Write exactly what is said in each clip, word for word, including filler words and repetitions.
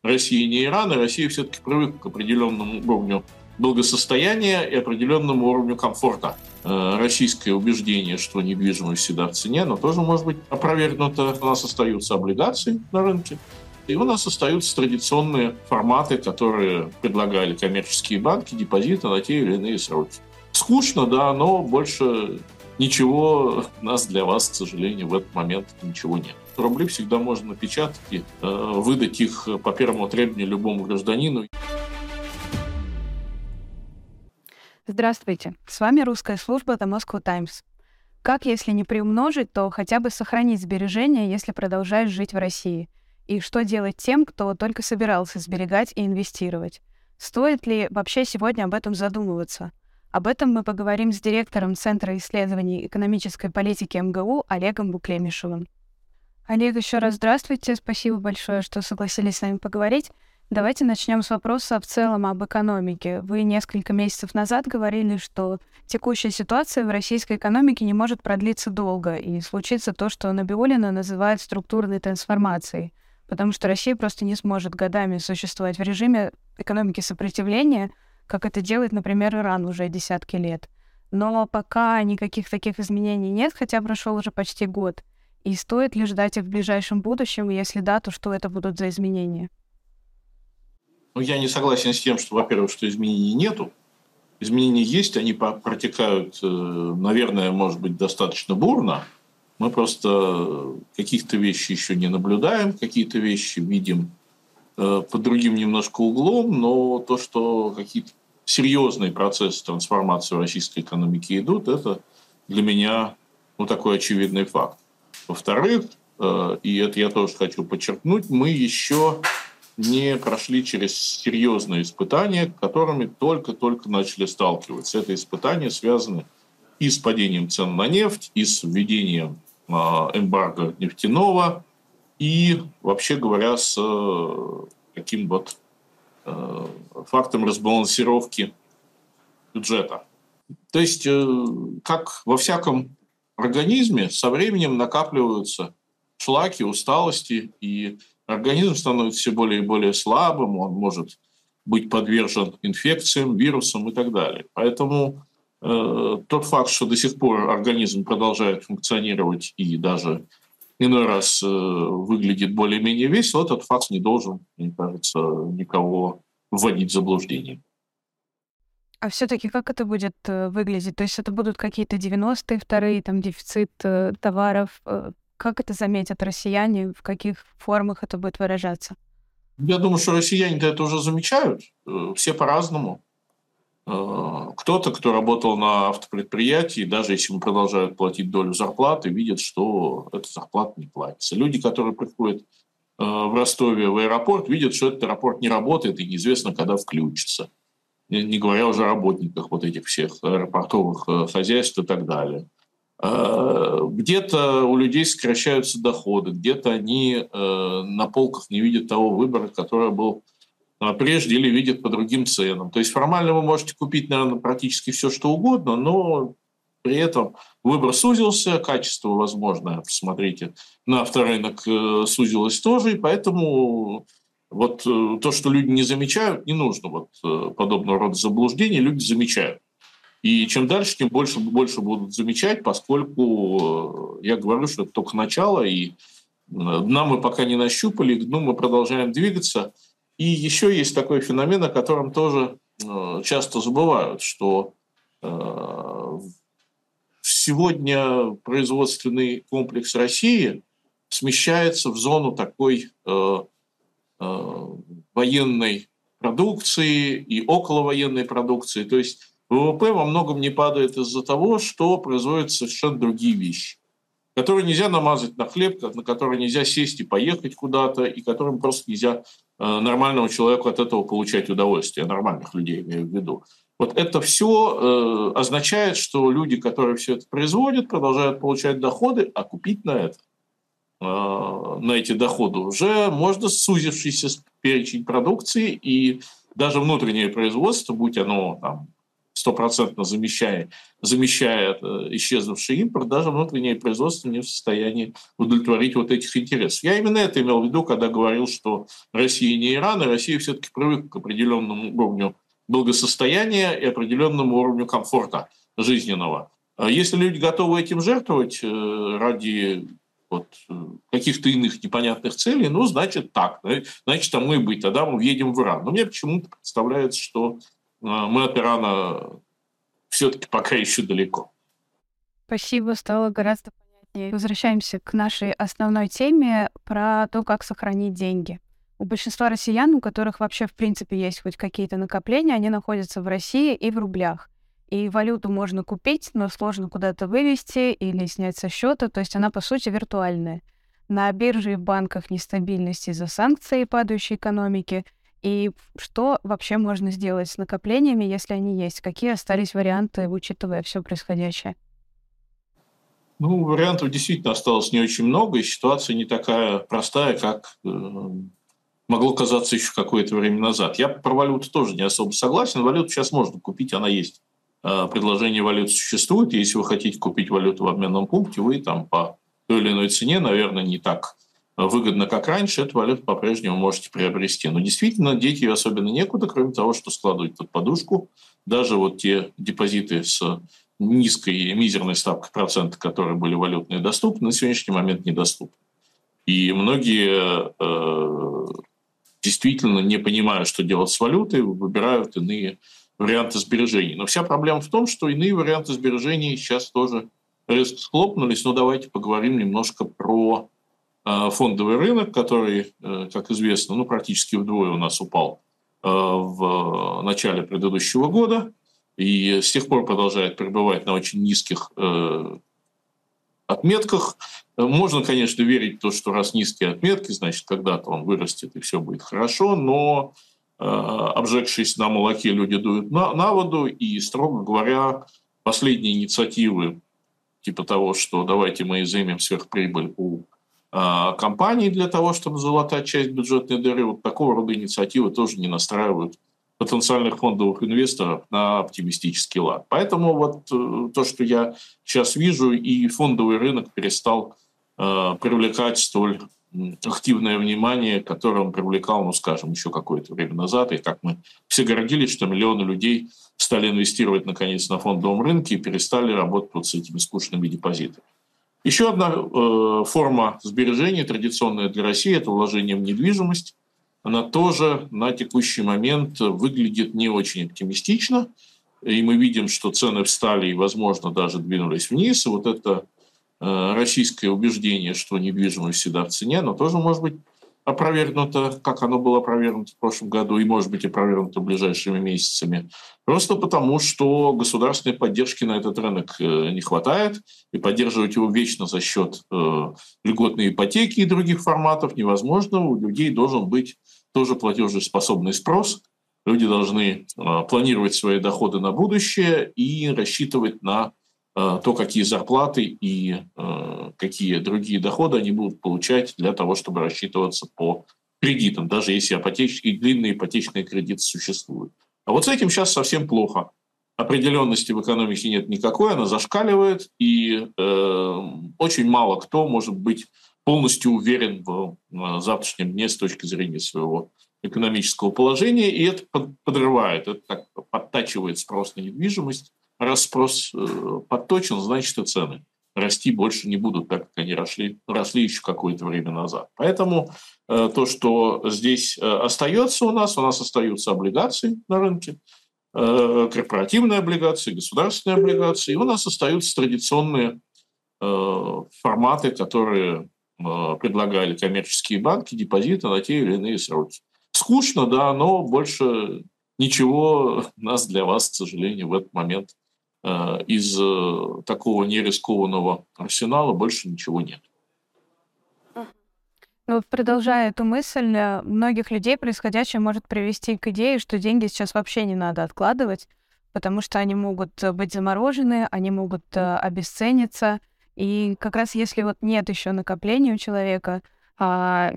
Россия не Иран, и Россия все-таки привыкла к определенному уровню благосостояния и определенному уровню комфорта. Российское убеждение, что недвижимость всегда в цене, но тоже может быть опровергнуто. У нас остаются облигации на рынке, и у нас остаются традиционные форматы, которые предлагали коммерческие банки, депозиты на те или иные сроки. Скучно, да, но больше ничего у нас для вас, к сожалению, в этот момент ничего нет. Рубли всегда можно напечатать и э, выдать их по первому требованию любому гражданину. Здравствуйте, с вами русская служба The Moscow Times. Как, если не приумножить, то хотя бы сохранить сбережения, если продолжаешь жить в России? И что делать тем, кто только собирался сберегать и инвестировать? Стоит ли вообще сегодня об этом задумываться? Об этом мы поговорим с директором Центра исследований экономической политики эм гэ у Олегом Буклемишевым. Олег, еще раз здравствуйте, спасибо большое, что согласились с нами поговорить. Давайте начнем с вопроса в целом об экономике. Вы несколько месяцев назад говорили, что текущая ситуация в российской экономике не может продлиться долго, и случится то, что Набиуллина называет структурной трансформацией, потому что Россия просто не сможет годами существовать в режиме экономики сопротивления, как это делает, например, Иран уже десятки лет. Но пока никаких таких изменений нет, хотя прошел уже почти год. И стоит ли ждать их в ближайшем будущем? Если да, то что это будут за изменения? Ну, я не согласен с тем, что, во-первых, что изменений нету. Изменения есть, они протекают, наверное, может быть, достаточно бурно. Мы просто каких-то вещей еще не наблюдаем, какие-то вещи видим под другим немножко углом, но то, что какие-то серьезные процессы трансформации российской экономики идут, это для меня ну, такой очевидный факт. Во-вторых, и это я тоже хочу подчеркнуть, мы еще не прошли через серьезные испытания, с которыми только-только начали сталкиваться. Это испытания связаны и с падением цен на нефть, и с введением эмбарго нефтяного, и, вообще говоря, с таким вот фактом разбалансировки бюджета. То есть, как во всяком организме, со временем накапливаются шлаки, усталости, и организм становится все более и более слабым, он может быть подвержен инфекциям, вирусам и так далее. Поэтому э, тот факт, что до сих пор организм продолжает функционировать и даже иной раз э, выглядит более-менее весело, этот факт не должен, мне кажется, никого вводить в заблуждение. А все-таки как это будет э, выглядеть? То есть это будут какие-то девяностые вторые, там, дефицит э, товаров? Э, как это заметят россияне? В каких формах это будет выражаться? Я думаю, что россияне-то это уже замечают. Э, все по-разному. Э, кто-то, кто работал на автопредприятии, даже если ему продолжают платить долю зарплаты, видят, что эта зарплата не платится. Люди, которые приходят э, в Ростове в аэропорт, видят, что этот аэропорт не работает и неизвестно, когда включится. Не говоря уже о работниках вот этих всех аэропортовых хозяйств и так далее. Где-то у людей сокращаются доходы, где-то они на полках не видят того выбора, который был прежде, или видят по другим ценам. То есть формально вы можете купить, наверное, практически все, что угодно, но при этом выбор сузился, качество, возможно, посмотрите, на авторынок сузилось тоже, и поэтому... Вот то, что люди не замечают, не нужно вот подобного рода заблуждений, люди замечают. И чем дальше, тем больше, больше будут замечать, поскольку я говорю, что это только начало, и дна мы пока не нащупали, к дну мы продолжаем двигаться. И еще есть такой феномен, о котором тоже часто забывают, что сегодня производственный комплекс России смещается в зону такой... военной продукции и околовоенной продукции. То есть ВВП во многом не падает из-за того, что производят совершенно другие вещи, которые нельзя намазать на хлеб, на которые нельзя сесть и поехать куда-то, и которым просто нельзя нормальному человеку от этого получать удовольствие, нормальных людей имею в виду. Вот это все э, означает, что люди, которые все это производят, продолжают получать доходы, а купить на это на эти доходы уже можно сузившийся перечень продукции, и даже внутреннее производство, будь оно там стопроцентно замещая, замещая исчезнувший импорт, даже внутреннее производство не в состоянии удовлетворить вот этих интересов. Я именно это имел в виду, когда говорил, что Россия не Иран, и Россия все-таки привыкла к определенному уровню благосостояния и определенному уровню комфорта жизненного. Если люди готовы этим жертвовать ради вот каких-то иных непонятных целей, ну, значит так, значит, тому и быть, тогда мы въедем в Иран. Но мне почему-то представляется, что мы от Ирана все-таки пока еще далеко. Спасибо, стало гораздо понятнее. Возвращаемся к нашей основной теме про то, как сохранить деньги. У большинства россиян, у которых вообще в принципе есть хоть какие-то накопления, они находятся в России и в рублях. И валюту можно купить, но сложно куда-то вывести или снять со счета, то есть она, по сути, виртуальная. На бирже и в банках нестабильность из-за санкций и падающей экономики. И что вообще можно сделать с накоплениями, если они есть? Какие остались варианты, учитывая все происходящее? Ну, вариантов действительно осталось не очень много, и ситуация не такая простая, как э, могло казаться еще какое-то время назад. Я про валюту тоже не особо согласен. Валюту сейчас можно купить, она есть. Предложение валют существует. Если вы хотите купить валюту в обменном пункте, вы там по той или иной цене, наверное, не так выгодно, как раньше, эту валюту по-прежнему можете приобрести. Но действительно, деть ее особенно некуда, кроме того, что складывать под подушку. Даже вот те депозиты с низкой и мизерной ставкой процента, которые были валютные доступны, на сегодняшний момент недоступны. И многие э, действительно, не понимая, что делать с валютой, выбирают иные варианты сбережений. Но вся проблема в том, что иные варианты сбережений сейчас тоже резко схлопнулись. Но давайте поговорим немножко про э, фондовый рынок, который, э, как известно, ну, практически вдвое у нас упал э, в начале предыдущего года. И с тех пор продолжает пребывать на очень низких э, отметках. Можно, конечно, верить в то, что раз низкие отметки, значит, когда-то он вырастет и все будет хорошо, но обжегшись на молоке, люди дуют на, на воду, и, строго говоря, последние инициативы, типа того, что давайте мы изымем сверхприбыль у а, компаний для того, чтобы залатать часть бюджетной дыры, вот такого рода инициативы тоже не настраивают потенциальных фондовых инвесторов на оптимистический лад. Поэтому вот то, что я сейчас вижу, и фондовый рынок перестал э, привлекать столь активное внимание, которое он привлекал, ну, скажем, еще какое-то время назад. И как мы все гордились, что миллионы людей стали инвестировать, наконец, на фондовом рынке и перестали работать вот с этими скучными депозитами. Еще одна э, форма сбережения, традиционная для России, это вложение в недвижимость. Она тоже на текущий момент выглядит не очень оптимистично. И мы видим, что цены встали и, возможно, даже двинулись вниз. И вот это российское убеждение, что недвижимость всегда в цене, но тоже может быть опровергнуто, как оно было опровергнуто в прошлом году, и может быть опровергнуто ближайшими месяцами. Просто потому, что государственной поддержки на этот рынок не хватает, и поддерживать его вечно за счет э, льготной ипотеки и других форматов невозможно. У людей должен быть тоже платежеспособный спрос. Люди должны э, планировать свои доходы на будущее и рассчитывать на то, какие зарплаты и э, какие другие доходы они будут получать для того, чтобы рассчитываться по кредитам, даже если ипотечные и длинные ипотечные кредиты существуют. А вот с этим сейчас совсем плохо. Определенности в экономике нет никакой, она зашкаливает, и э, очень мало кто может быть полностью уверен в э, завтрашнем дне с точки зрения своего экономического положения, и это подрывает, это так подтачивает спрос на недвижимость. Раз спрос э, подточен, значит и цены расти больше не будут, так как они росли, росли еще какое-то время назад. Поэтому э, то, что здесь э, остается у нас, у нас остаются облигации на рынке, э, корпоративные облигации, государственные облигации, и у нас остаются традиционные э, форматы, которые э, предлагали коммерческие банки, депозиты на те или иные сроки. Скучно, да, но больше ничего нас для вас, к сожалению, в этот момент из такого нерискованного арсенала больше ничего нет. Ну, продолжая эту мысль, многих людей происходящее может привести к идее, что деньги сейчас вообще не надо откладывать, потому что они могут быть заморожены, они могут обесцениться. И как раз если вот нет еще накоплений у человека, а,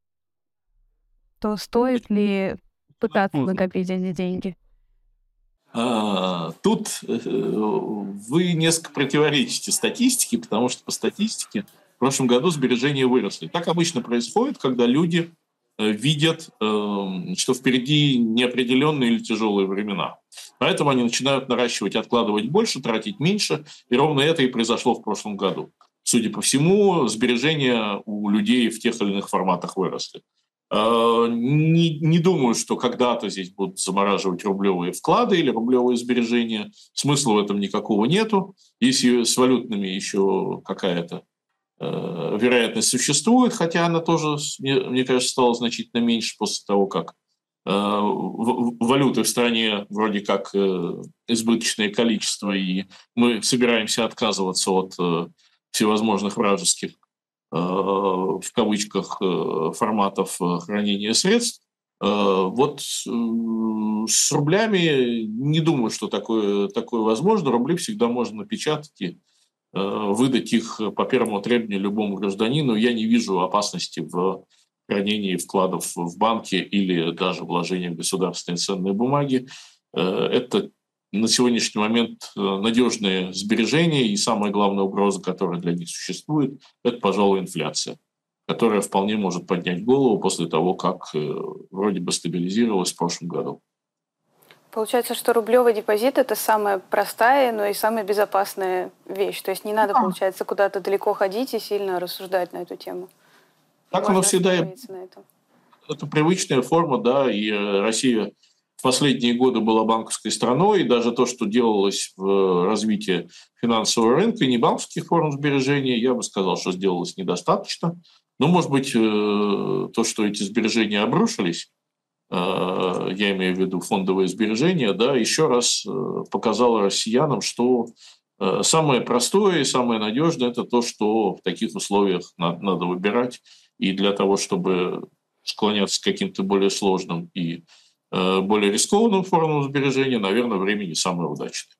то стоит ли пытаться накопить эти деньги? А, Тут э, вы несколько противоречите статистике, потому что по статистике в прошлом году сбережения выросли. Так обычно происходит, когда люди э, видят, э, что впереди неопределенные или тяжелые времена. Поэтому они начинают наращивать, откладывать больше, тратить меньше. И ровно это и произошло в прошлом году. Судя по всему, сбережения у людей в тех или иных форматах выросли. Э, Не, не думаю, что когда-то здесь будут замораживать рублевые вклады или рублевые сбережения. Смысла в этом никакого нету. Если с валютными еще какая-то э, вероятность существует, хотя она тоже, мне, мне кажется, стала значительно меньше после того, как э, в- в- валюты в стране вроде как э, избыточное количество, и мы собираемся отказываться от э, всевозможных вражеских э, в кавычках э, форматов э, хранения средств. Э, Вот э, с рублями не думаю, что такое, такое возможно. Рубли всегда можно напечатать и э, выдать их по первому требованию любому гражданину. Я не вижу опасности в хранении вкладов в банке или даже вложения в государственные ценные бумаги. Э, Это на сегодняшний момент э, надежные сбережения, и самая главная угроза, которая для них существует, это, пожалуй, инфляция, которая вполне может поднять голову после того, как э, вроде бы стабилизировалась в прошлом году. Получается, что рублевый депозит — это самая простая, но и самая безопасная вещь. То есть не надо, получается, куда-то далеко ходить и сильно рассуждать на эту тему. И Так оно можно всегда и остановиться на этом. это привычная форма, да, и э, Россия в последние годы была банковской страной, и даже то, что делалось в развитии финансового рынка и не банковских форм сбережения, я бы сказал, что сделалось недостаточно. Но, может быть, э, то, что эти сбережения обрушились, э, я имею в виду фондовые сбережения, да, еще раз э, показало россиянам, что э, самое простое и самое надежное – это то, что в таких условиях надо, надо выбирать. И для того, чтобы склоняться к каким-то более сложным и э, более рискованным формам сбережения, наверное, время не самое удачное.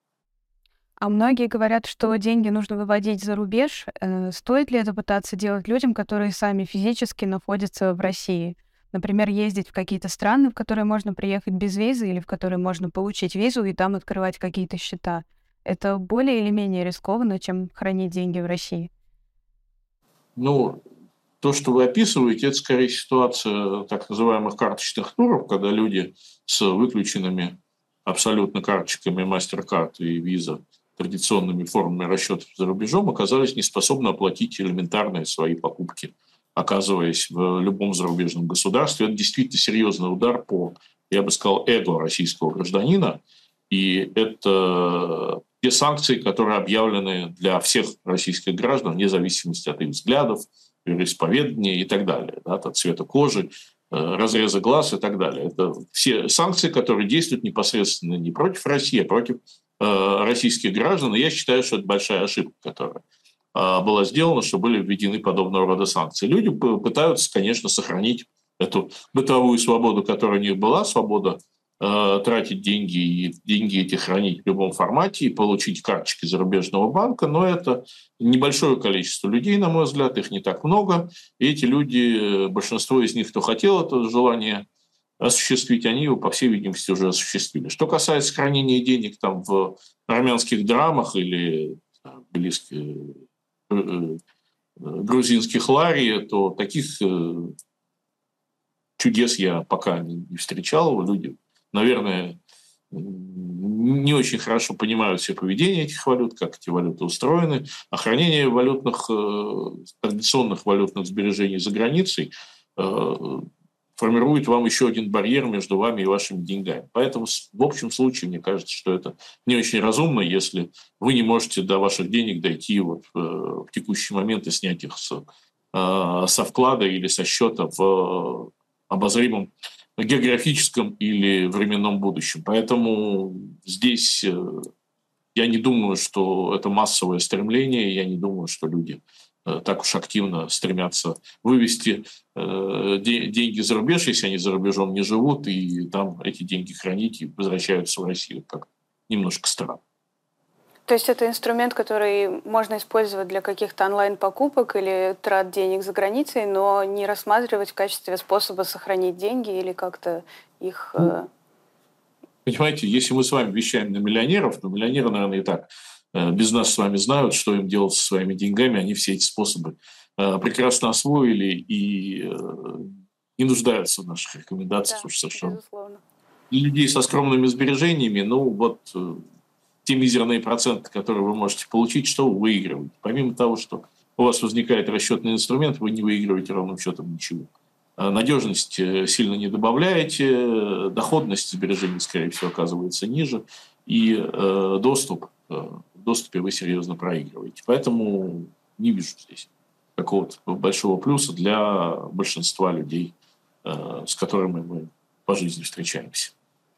А многие говорят, что деньги нужно выводить за рубеж. Э, Стоит ли это пытаться делать людям, которые сами физически находятся в России? Например, ездить в какие-то страны, в которые можно приехать без визы, или в которые можно получить визу и там открывать какие-то счета. Это более или менее рискованно, чем хранить деньги в России. Ну, то, что вы описываете, это скорее ситуация так называемых карточных туров, когда люди с выключенными абсолютно карточками MasterCard и Visa, традиционными формами расчетов за рубежом, оказались не способны оплатить элементарные свои покупки, оказываясь в любом зарубежном государстве. Это действительно серьезный удар по, я бы сказал, эго российского гражданина. И это те санкции, которые объявлены для всех российских граждан, вне зависимости от их взглядов, вероисповедания и так далее, да, от цвета кожи, разреза глаз и так далее. Это все санкции, которые действуют непосредственно не против России, а против э, российских граждан. И я считаю, что это большая ошибка, которая э, была сделана, что были введены подобного рода санкции. Люди пытаются, конечно, сохранить эту бытовую свободу, которая у них была, свобода э, тратить деньги и деньги эти хранить в любом формате и получить карточки зарубежного банка, но это небольшое количество людей, на мой взгляд, их не так много, и эти люди, большинство из них, кто хотел это желание осуществить, они его, по всей видимости, уже осуществили. Что касается хранения денег там в армянских драмах или близких грузинских лари, то таких чудес я пока не встречал. Люди, наверное, не очень хорошо понимают все поведение этих валют, как эти валюты устроены. А хранение валютных, традиционных валютных сбережений за границей формирует вам еще один барьер между вами и вашими деньгами. Поэтому в общем случае, мне кажется, что это не очень разумно, если вы не можете до ваших денег дойти вот в текущий момент и снять их с, со вклада или со счета в обозримом географическом или временном будущем. Поэтому здесь я не думаю, что это массовое стремление, я не думаю, что люди так уж активно стремятся вывести э, деньги за рубеж, если они за рубежом не живут, и там эти деньги хранить и возвращаются в Россию. Как немножко странно. То есть это инструмент, который можно использовать для каких-то онлайн-покупок или трат денег за границей, но не рассматривать в качестве способа сохранить деньги или как-то их... Ну, Понимаете, если мы с вами вещаем на миллионеров, то миллионеры, наверное, и так без нас с вами знают, что им делать со своими деньгами. Они все эти способы прекрасно освоили и не нуждаются в наших рекомендациях. Да, уж совершенно. безусловно. Для людей со скромными сбережениями, ну вот те мизерные проценты, которые вы можете получить, что вы выигрываете? Помимо того, что у вас возникает расчетный инструмент, вы не выигрываете ровным счетом ничего. Надежность сильно не добавляете, доходность сбережений, скорее всего, оказывается ниже, и э, доступ, э, в доступе вы серьезно проигрываете. Поэтому не вижу здесь какого-то большого плюса для большинства людей, э, с которыми мы по жизни встречаемся.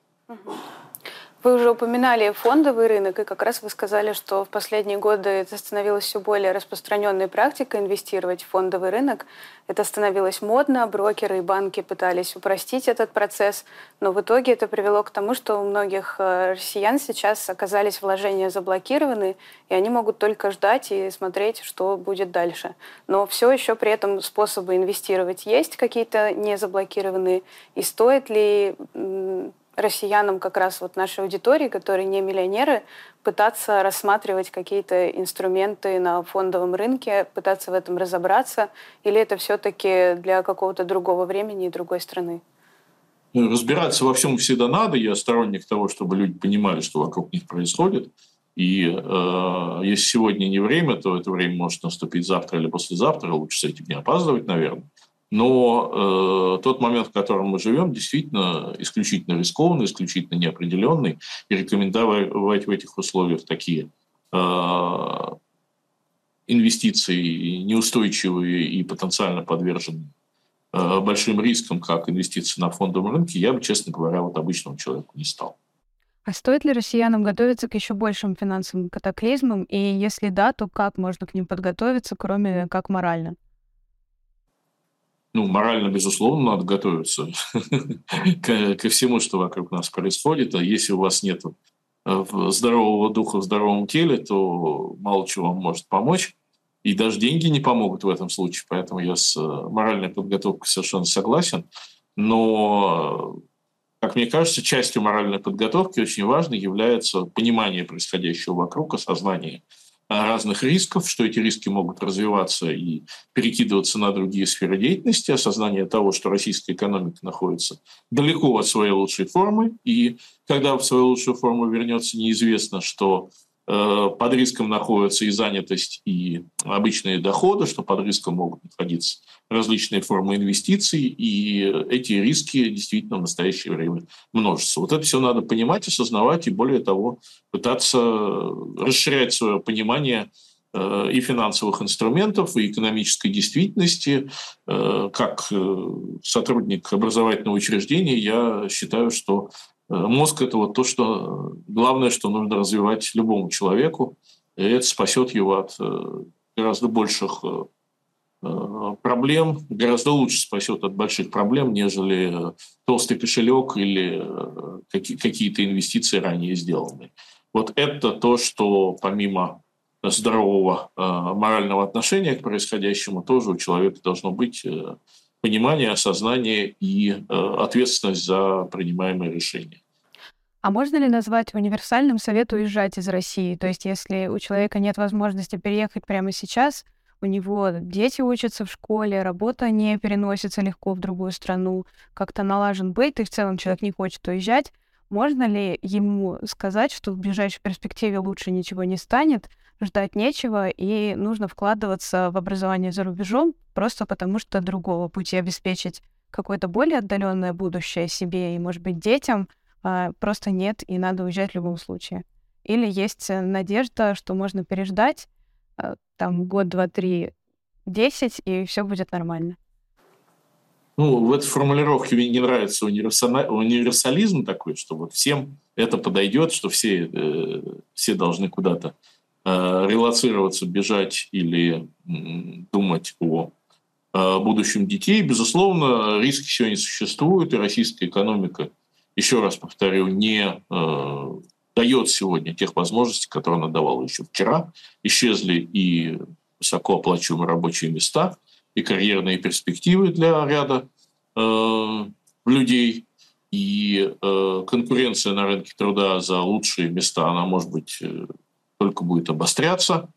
Вы уже упоминали фондовый рынок, и как раз вы сказали, что в последние годы это становилось все более распространенной практикой инвестировать в фондовый рынок. Это становилось модно, брокеры и банки пытались упростить этот процесс, но в итоге это привело к тому, что у многих россиян сейчас оказались вложения заблокированы, и они могут только ждать и смотреть, что будет дальше. Но все еще при этом способы инвестировать есть какие-то не заблокированные, и стоит ли россиянам, как раз вот нашей аудитории, которые не миллионеры, пытаться рассматривать какие-то инструменты на фондовом рынке, пытаться в этом разобраться, или это все-таки для какого-то другого времени и другой страны? Ну, разбираться во всем всегда надо. Я сторонник того, чтобы люди понимали, что вокруг них происходит. И э, если сегодня не время, то это время может наступить завтра или послезавтра. Лучше с этим не опаздывать, наверное. Но э, тот момент, в котором мы живем, действительно исключительно рискованный, исключительно неопределенный. И рекомендовать в этих условиях такие э, инвестиции неустойчивые и потенциально подверженные э, большим рискам, как инвестиции на фондовом рынке, я бы, честно говоря, вот обычному человеку не стал. А стоит ли россиянам готовиться к еще большим финансовым катаклизмам? И если да, то как можно к ним подготовиться, кроме как морально? Ну, морально, безусловно, надо готовиться ко всему, что вокруг нас происходит. А если у вас нет здорового духа в здоровом теле, то мало чего вам может помочь. И даже деньги не помогут в этом случае. Поэтому я с моральной подготовкой совершенно согласен. Но, как мне кажется, частью моральной подготовки очень важной является понимание происходящего вокруг, осознание разных рисков, что эти риски могут развиваться и перекидываться на другие сферы деятельности, осознание того, что российская экономика находится далеко от своей лучшей формы, и когда в свою лучшую форму вернется, неизвестно, что э, под риском находятся и занятость, и обычные доходы, что под риском могут находиться различные формы инвестиций, и эти риски действительно в настоящее время множатся. Вот это все надо понимать, осознавать, и более того, пытаться расширять свое понимание э, и финансовых инструментов, и экономической действительности. Э, как э, сотрудник образовательного учреждения я считаю, что э, мозг – это вот то, что главное, что нужно развивать любому человеку, и это спасет его от э, гораздо больших э, проблем, гораздо лучше спасет от больших проблем, нежели толстый кошелек или какие-то инвестиции ранее сделанные. Вот это то, что помимо здорового морального отношения к происходящему, тоже у человека должно быть понимание, осознание и ответственность за принимаемые решения. А можно ли назвать универсальным совет уезжать из России? То есть если у человека нет возможности переехать прямо сейчас, у него дети учатся в школе, работа не переносится легко в другую страну, как-то налажен быт, и в целом человек не хочет уезжать. Можно ли ему сказать, что в ближайшей перспективе лучше ничего не станет, ждать нечего, и нужно вкладываться в образование за рубежом, просто потому что другого пути обеспечить какое-то более отдаленное будущее себе и, может быть, детям просто нет, и надо уезжать в любом случае? Или есть надежда, что можно переждать, там год, два, три, десять, и все будет нормально? Ну, в этой формулировке мне не нравится универсализм такой, что вот всем это подойдет, что все, э, все должны куда-то э, релацироваться, бежать или э, думать о э, будущем детей. Безусловно, риски сегодня существуют, и российская экономика, еще раз повторю, не э, дает сегодня тех возможностей, которые она давала еще вчера. Исчезли и высокооплачиваемые рабочие места, и карьерные перспективы для ряда э, людей. И э, конкуренция на рынке труда за лучшие места, она, может быть, э, только будет обостряться.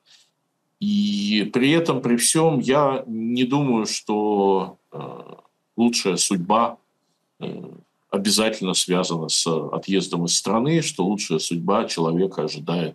И при этом, при всем, я не думаю, что э, лучшая судьба э, обязательно связана с отъездом из страны, что лучшая судьба человека ожидает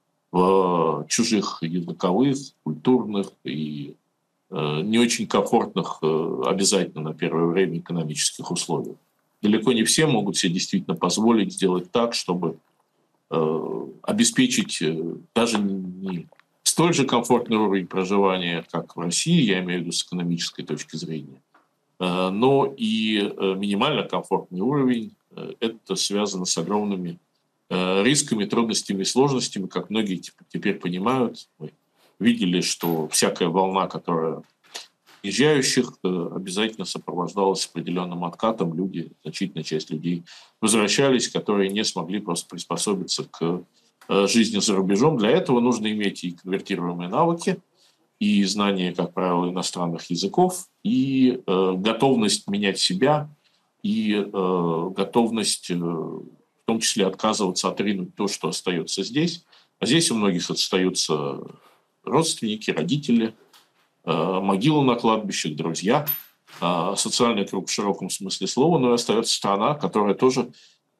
в чужих языковых, культурных и э, не очень комфортных э, обязательно на первое время экономических условиях. Далеко не все могут себе действительно позволить сделать так, чтобы э, обеспечить э, даже не столь же комфортный уровень проживания, как в России, я имею в виду с экономической точки зрения, э, но и э, минимально комфортный уровень. Э, это связано с огромными э, рисками, трудностями и сложностями, как многие теперь понимают. Мы видели, что всякая волна, которая приезжающих обязательно сопровождалось определенным откатом. Люди, значительная часть людей возвращались, которые не смогли просто приспособиться к жизни за рубежом. Для этого нужно иметь и конвертируемые навыки, и знание, как правило, иностранных языков, и э, готовность менять себя, и э, готовность, э, в том числе, отказываться, отринуть то, что остается здесь. А здесь у многих остаются родственники, родители, могилу на кладбищах, друзья, социальный круг в широком смысле слова, но и остается страна, которая тоже,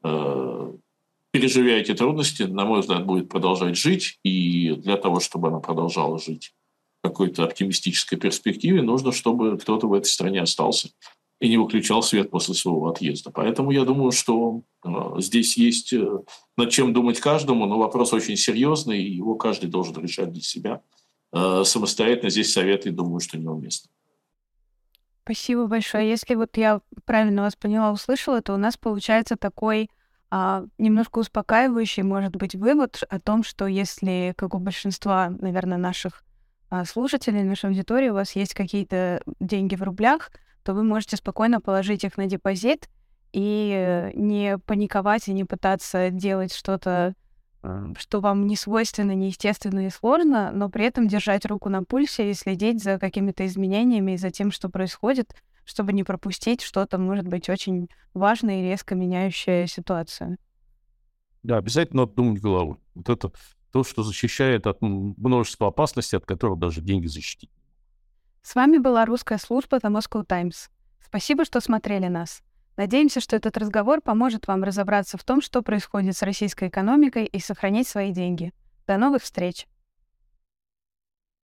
переживя эти трудности, на мой взгляд, будет продолжать жить. И для того, чтобы она продолжала жить в какой-то оптимистической перспективе, нужно, чтобы кто-то в этой стране остался и не выключал свет после своего отъезда. Поэтому я думаю, что здесь есть над чем думать каждому, но вопрос очень серьезный, и его каждый должен решать для себя. Самостоятельно здесь советы, думаю, что неуместно. Спасибо большое. Если вот я правильно вас поняла, услышала, то у нас получается такой а, немножко успокаивающий, может быть, вывод о том, что если, как у большинства, наверное, наших а, слушателей, нашей аудитории, у вас есть какие-то деньги в рублях, то вы можете спокойно положить их на депозит и не паниковать и не пытаться делать что-то, что вам не свойственно, неестественно и сложно, но при этом держать руку на пульсе и следить за какими-то изменениями и за тем, что происходит, чтобы не пропустить что-то, может быть, очень важное и резко меняющее ситуацию. Да, обязательно надо думать головой. Вот это то, что защищает от множества опасностей, от которых даже деньги защитить. С вами была русская служба The Moscow Times. Спасибо, что смотрели нас. Надеемся, что этот разговор поможет вам разобраться в том, что происходит с российской экономикой и сохранить свои деньги. До новых встреч!